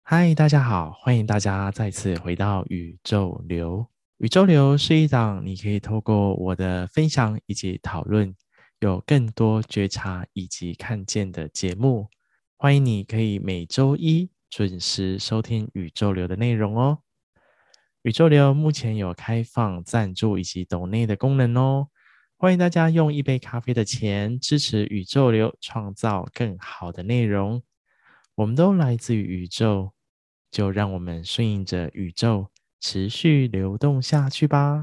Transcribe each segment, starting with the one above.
嗨，大家好，欢迎大家再次回到宇宙流。宇宙流是一档你可以透过我的分享以及讨论，有更多觉察以及看见的节目。欢迎你可以每周一准时收听宇宙流的内容哦。宇宙流目前有开放赞助以及抖内的功能哦。欢迎大家用一杯咖啡的钱支持宇宙流，创造更好的内容。我们都来自于宇宙，就让我们顺应着宇宙持续流动下去吧。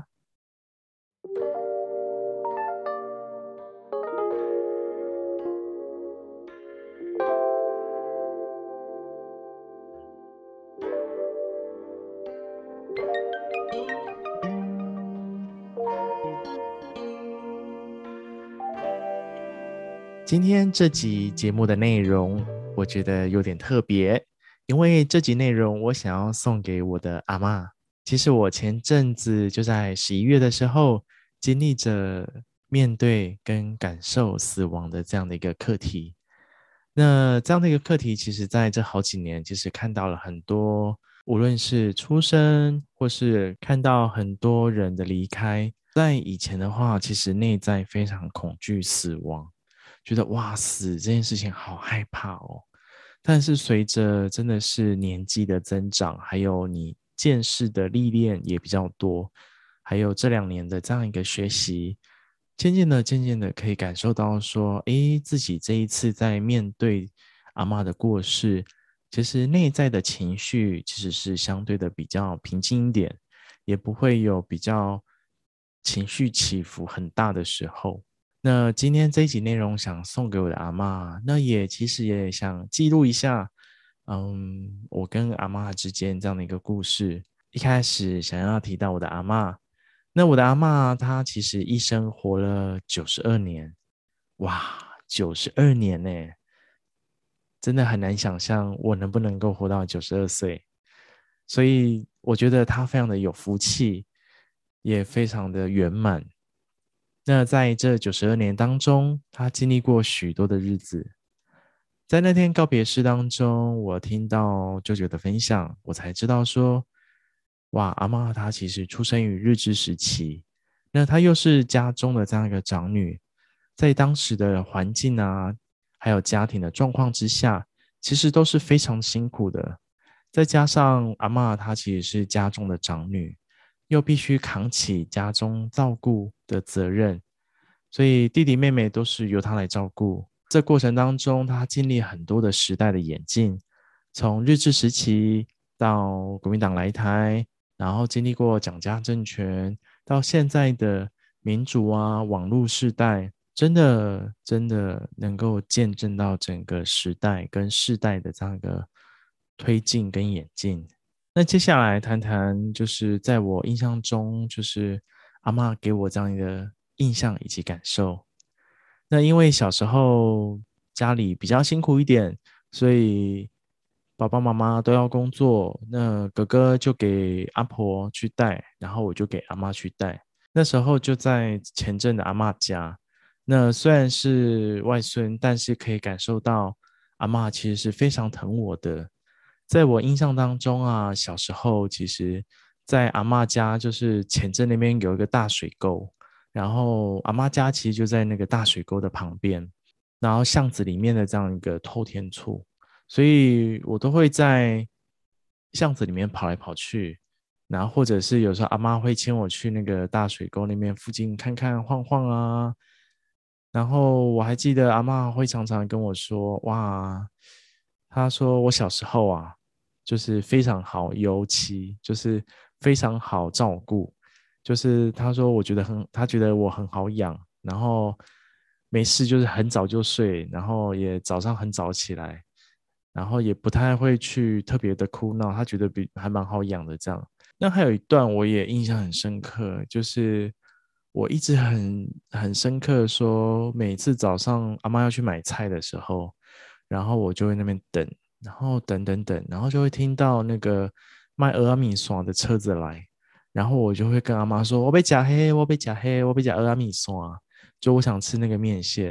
今天这集节目的内容，我觉得有点特别，因为这集内容我想要送给我的阿嬷。其实我前阵子就在11月的时候，经历着面对跟感受死亡的这样的一个课题。那这样的一个课题，其实在这好几年，其实看到了很多，无论是出生，或是看到很多人的离开。在以前的话，其实内在非常恐惧死亡，觉得哇死这件事情好害怕哦。但是随着真的是年纪的增长，还有你见识的历练也比较多，还有这2年的这样一个学习，渐渐的可以感受到说，诶，自己这一次在面对阿嬷的过世，其实内在的情绪其实是相对的比较平静一点，也不会有比较情绪起伏很大的时候。那今天这一集内容想送给我的阿嬷，那其实也想记录一下，我跟阿嬷之间这样的一个故事。一开始想要提到我的阿嬷，那我的阿嬷她其实一生活了92年，哇，92年呢，真的很难想象我能不能够活到92岁。所以我觉得她非常的有福气，也非常的圆满。那在这92年当中，他经历过许多的日子。在那天告别式当中，我听到舅舅的分享，我才知道说，哇，阿嬷她其实出生于日治时期，那她又是家中的这样一个长女，在当时的环境啊，还有家庭的状况之下，其实都是非常辛苦的。再加上阿嬷她其实是家中的长女，又必须扛起家中照顾的责任，所以弟弟妹妹都是由她来照顾。这过程当中，她经历很多的时代的演进，从日治时期到国民党来台，然后经历过蒋家政权，到现在的民主啊、网络时代，真的能够见证到整个时代跟世代的这样一个推进跟演进。那接下来谈谈，就是在我印象中，就是阿嬷给我这样一个印象以及感受。那因为小时候家里比较辛苦一点，所以爸爸妈妈都要工作，那哥哥就给阿婆去带，然后我就给阿嬷去带。那时候就在前镇的阿嬷家，那虽然是外孙，但是可以感受到阿嬷其实是非常疼我的。在我印象当中啊，小时候其实，在阿嬷家就是前镇那边有一个大水沟，然后阿嬷家其实就在那个大水沟的旁边，然后巷子里面的这样一个透天厝，所以我都会在巷子里面跑来跑去，然后或者是有时候阿嬷会牵我去那个大水沟那边附近看看晃晃啊，然后我还记得阿嬷会常常跟我说，哇，她说我小时候啊，就是非常好油漆，就是非常好照顾，就是她说她觉得我很好养，然后没事就是很早就睡，然后也早上很早起来，然后也不太会去特别的哭闹，她觉得还蛮好养的这样。那还有一段我也印象很深刻，就是我一直很深刻说，每次早上阿妈要去买菜的时候，然后我就会那边等，然后等，然后就会听到那个卖俄阿米刷的车子来，然后我就会跟阿妈说，我被夹黑，我被夹黑，我被夹俄阿米刷，就我想吃那个面线。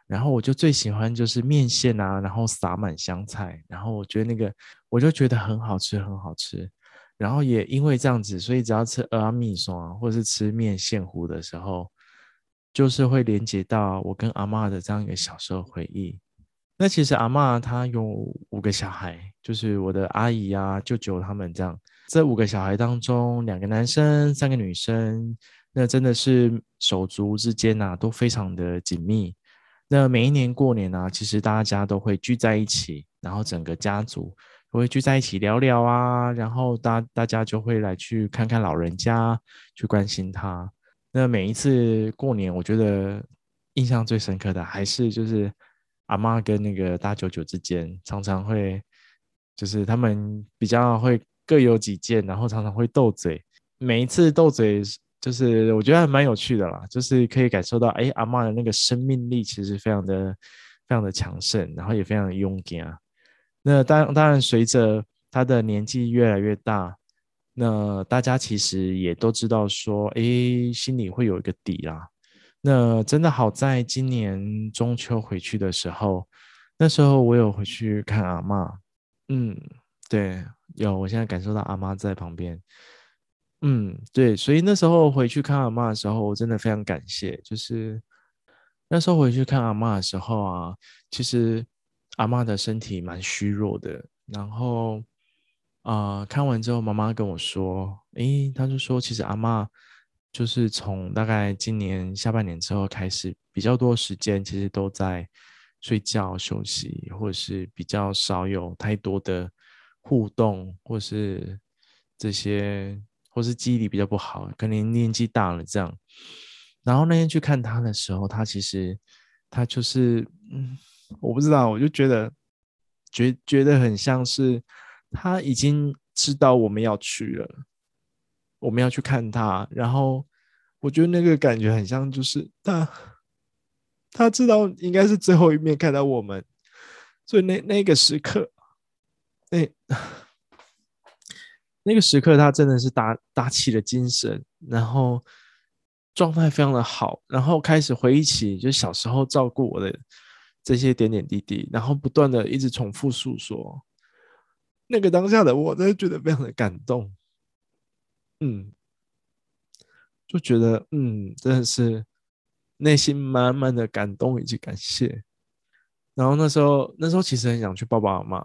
然后我就最喜欢就是面线啊，然后撒满香菜，然后我觉得那个我就觉得很好吃，很好吃。然后也因为这样子，所以只要吃蚵仔米线啊，或者是吃面线糊的时候，就是会连接到我跟阿嬷的这样一个小时候回忆。那其实阿嬷她有5个小孩，就是我的阿姨啊、舅舅他们这样。这5个小孩当中，2个男生、3个女生，那真的是手足之间啊都非常的紧密。那每一年过年啊，其实大家都会聚在一起，然后整个家族都会聚在一起聊聊啊，然后大家就会来去看看老人家，去关心他。那每一次过年，我觉得印象最深刻的还是就是阿嬷跟那个大舅舅之间，常常会就是他们比较会各有己见，然后常常会斗嘴。每一次斗嘴，就是我觉得还蛮有趣的啦，就是可以感受到，哎，阿嬷的那个生命力其实非常的强盛，然后也非常的勇敢啊。那当然，随着他的年纪越来越大，那大家其实也都知道说，诶，心里会有一个底啦。那真的好在今年中秋回去的时候，那时候我有回去看阿嬷，嗯，对，有，我现在感受到阿妈在旁边，对，所以那时候回去看阿嬷的时候，我真的非常感谢，就是那时候回去看阿嬷的时候啊，其实阿嬷的身体蛮虚弱的，然后看完之后，妈妈跟我说，诶，她就说其实阿嬷就是从大概今年下半年之后开始，比较多时间其实都在睡觉休息，或者是比较少有太多的互动，或是这些，或是记忆力比较不好，可能年纪大了这样。然后那天去看他的时候，他其实他就是，我不知道，我就觉得很像是他已经知道我们要去了，我们要去看他，然后我觉得那个感觉很像，就是他知道应该是最后一面看到我们，所以那个时刻，那那个时刻他真的是打起了精神，然后状态非常的好，然后开始回忆起就小时候照顾我的这些点点滴滴，然后不断的一直重复诉说。那个当下的我真的觉得非常的感动，嗯，就觉得真的是内心满满的感动以及感谢。然后那时候其实很想去抱抱阿妈，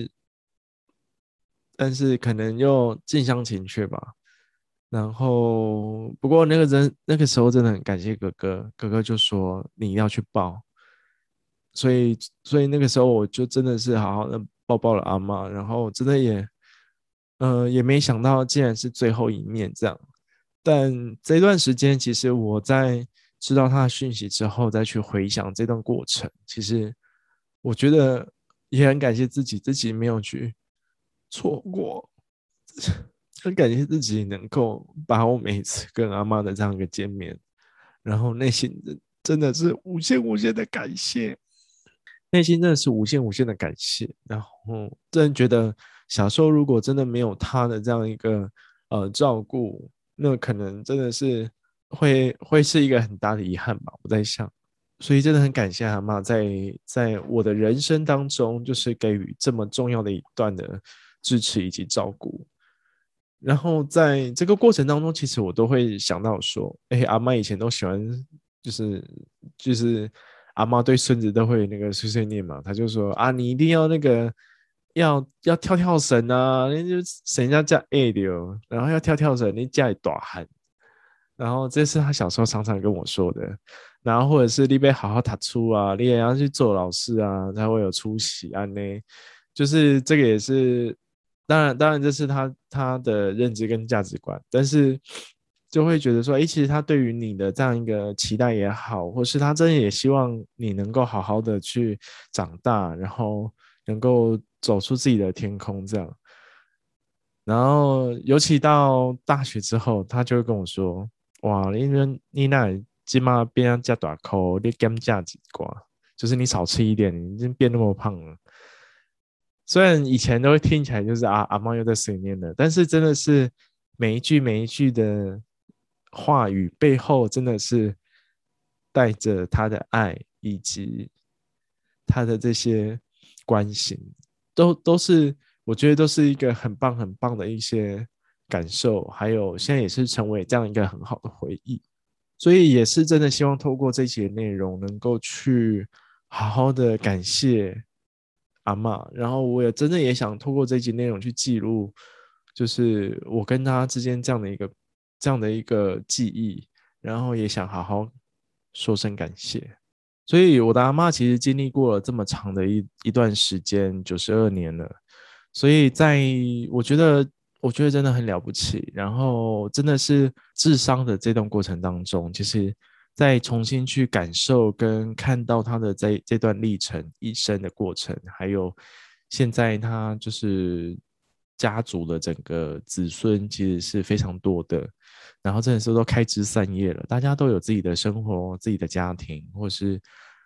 但是可能又近乡情怯吧。然后不过那个时候真的很感谢哥哥，哥哥就说你要去抱，所以那个时候我就真的是好好的抱抱了阿妈，然后真的也没想到竟然是最后一面这样。但这段时间其实我在知道他的讯息之后，再去回想这段过程，其实我觉得也很感谢自己没有去错过，很感谢自己能够把我每一次跟阿妈的这样一个见面，然后内心真的是无限无限的感谢，内心真的是无限无限的感谢。然后真的觉得小时候如果真的没有他的这样一个照顾，那可能真的是会是一个很大的遗憾吧。我在想，所以真的很感谢阿妈在我的人生当中，就是给予这么重要的一段的支持以及照顾。然后在这个过程当中，其实我都会想到说，哎，阿妈以前都喜欢，就是就是阿妈对孙子都会那个碎碎念嘛，他就说啊，你一定要那个要跳跳绳啊，那就绳家叫 A 的哦，然后要跳跳绳，你家里大汉。然后这是他小时候常常跟我说的，然后或者是你得好好读书啊，你也要去做老师啊，才会有出息啊呢。就是这个也是，当然这是他的认知跟价值观，但是就会觉得说，诶，其实他对于你的这样一个期待也好，或是他真的也希望你能够好好的去长大，然后能够走出自己的天空这样。然后尤其到大学之后，他就会跟我说：“哇，你那今嘛变成加大口，你减价几挂，就是你少吃一点，你已经变那么胖了。”虽然以前都会听起来就是阿妈又在碎念的，但是真的是每一句每一句的话语背后，真的是带着他的爱， 以及他的这些关心，都是我觉得都是一个很棒很棒的一些感受，还有现在也是成为这样一个很好的回忆。所以也是真的希望透过这期的内容，能够去好好的感谢阿嬷，然后我也真的也想透过这集内容去记录，就是我跟她之间这样的一个记忆，然后也想好好说声感谢。所以我的阿嬷其实经历过了这么长的一段时间，92年了，所以我觉得真的很了不起。然后真的是治伤的这段过程当中，其实再重新去感受跟看到他的这段历程、一生的过程，还有现在他就是家族的整个子孙其实是非常多的，然后真的是都开枝散叶了，大家都有自己的生活、自己的家庭，或是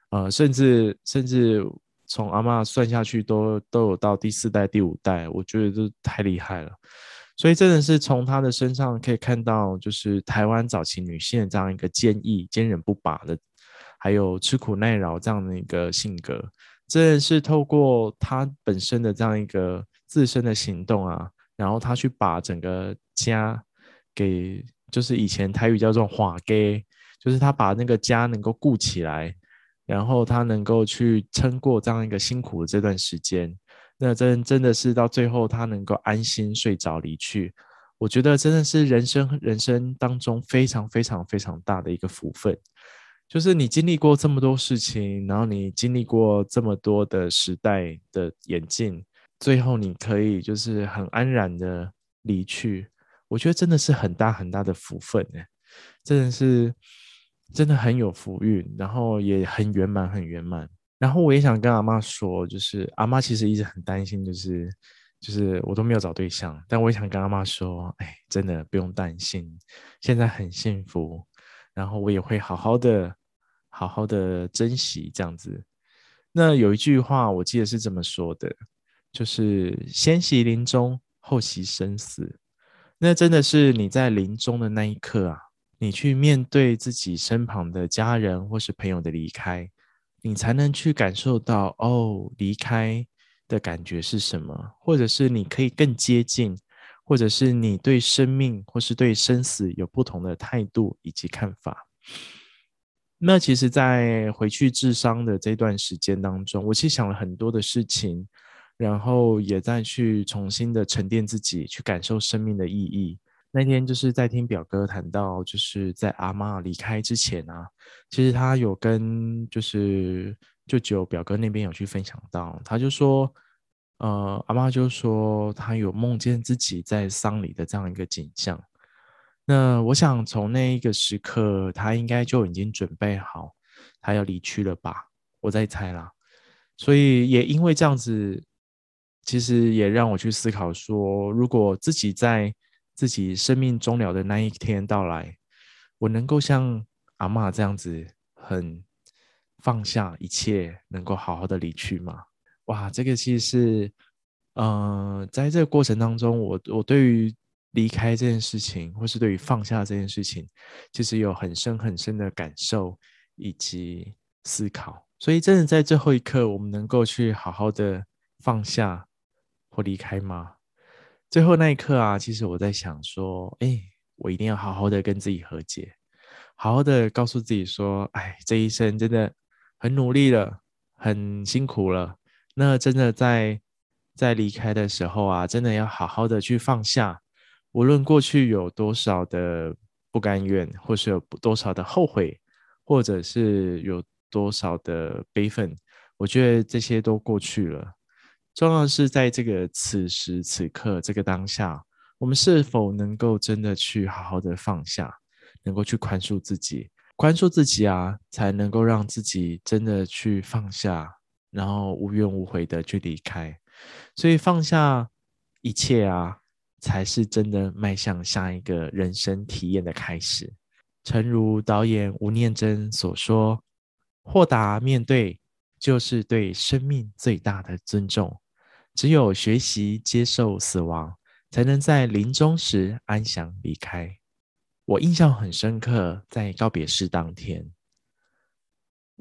甚至从阿嬷算下去都有到第4代、第5代，我觉得这太厉害了。所以真的是从她的身上可以看到，就是台湾早期女性的这样一个坚毅、坚韧不拔的，还有吃苦耐劳这样的一个性格，真的是透过她本身的这样一个自身的行动啊，然后她去把整个家给，就是以前台语叫做化给，就是她把那个家能够顾起来，然后她能够去撑过这样一个辛苦的这段时间。那真的是到最后他能够安心睡着离去，我觉得真的是人生当中非常非常非常大的一个福分。就是你经历过这么多事情，然后你经历过这么多的时代的演进，最后你可以就是很安然的离去，我觉得真的是很大很大的福分耶，真的是真的很有福运，然后也很圆满很圆满。然后我也想跟阿嬷说，就是阿嬷其实一直很担心，就是我都没有找对象，但我也想跟阿嬷说，哎，真的不用担心，现在很幸福，然后我也会好好的珍惜这样子。那有一句话我记得是这么说的，就是先习临终，后习生死。那真的是你在临终的那一刻啊，你去面对自己身旁的家人或是朋友的离开，你才能去感受到哦，离开的感觉是什么，或者是你可以更接近，或者是你对生命或是对生死有不同的态度以及看法。那其实在回去治伤的这段时间当中，我其实想了很多的事情，然后也在去重新的沉淀自己，去感受生命的意义。那天就是在听表哥谈到，就是在阿嬷离开之前啊，其实他有跟就是舅舅表哥那边有去分享到，他就说，阿嬷就说他有梦见自己在丧礼的这样一个景象。那我想从那一个时刻，他应该就已经准备好，他要离去了吧？我在猜啦。所以也因为这样子，其实也让我去思考说，如果自己在自己生命终了的那一天到来，我能够像阿嬷这样子，很放下一切，能够好好的离去吗？哇，这个其实是，在这个过程当中，我对于离开这件事情，或是对于放下这件事情，其实有很深很深的感受以及思考。所以，真的在最后一刻，我们能够去好好的放下或离开吗？最后那一刻啊，其实我在想说，哎，我一定要好好的跟自己和解，好好的告诉自己说，哎，这一生真的很努力了，很辛苦了。那真的在离开的时候啊，真的要好好的去放下，无论过去有多少的不甘愿，或是有多少的后悔，或者是有多少的悲愤，我觉得这些都过去了。重要的是在这个此时此刻这个当下，我们是否能够真的去好好的放下，能够去宽恕自己，宽恕自己啊，才能够让自己真的去放下，然后无怨无悔的去离开。所以放下一切啊，才是真的迈向下一个人生体验的开始。诚如导演吴念真所说，豁达面对就是对生命最大的尊重。只有学习接受死亡，才能在临终时安详离开。我印象很深刻，在告别式当天，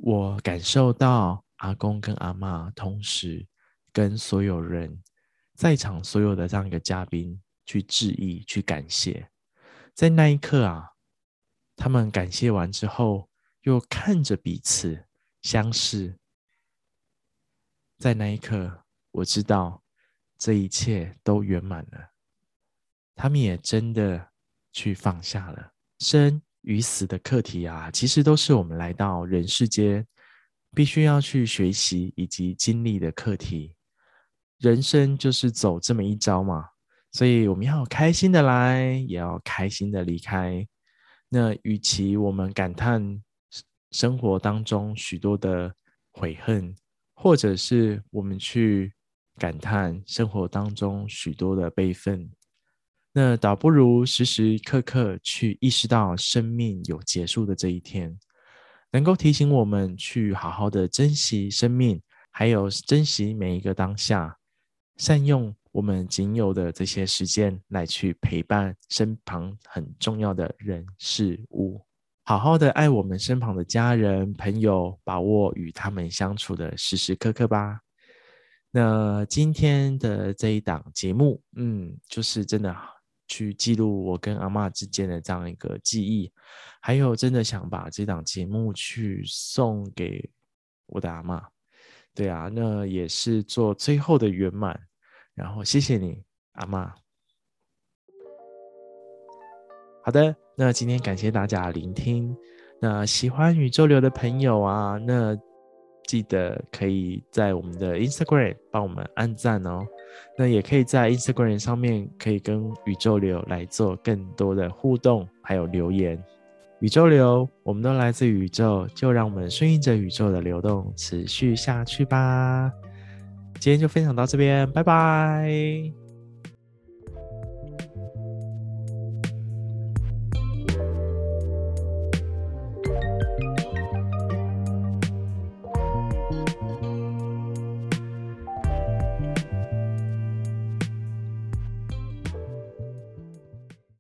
我感受到阿公跟阿嬷同时跟所有人在场所有的这样一个嘉宾去致意、去感谢。在那一刻啊，他们感谢完之后，又看着彼此相视。在那一刻，我知道这一切都圆满了。他们也真的去放下了。生与死的课题啊，其实都是我们来到人世间必须要去学习以及经历的课题。人生就是走这么一遭嘛，所以我们要开心的来，也要开心的离开。那与其我们感叹生活当中许多的悔恨，或者是我们去感叹生活当中许多的悲愤，那倒不如时时刻刻去意识到生命有结束的这一天，能够提醒我们去好好的珍惜生命，还有珍惜每一个当下，善用我们仅有的这些时间来去陪伴身旁很重要的人事物，好好的爱我们身旁的家人朋友，把握与他们相处的时时刻刻吧。那今天的这一档节目，就是真的去记录我跟阿嬷之间的这样一个记忆，还有真的想把这档节目去送给我的阿嬷。对啊，那也是做最后的圆满。然后谢谢你，阿嬷。好的，那今天感谢大家聆听。那喜欢宇宙流的朋友啊，那记得可以在我们的 Instagram 帮我们按赞哦。那也可以在 Instagram 上面可以跟宇宙流来做更多的互动，还有留言。宇宙流，我们都来自宇宙，就让我们顺应着宇宙的流动，持续下去吧。今天就分享到这边，拜拜。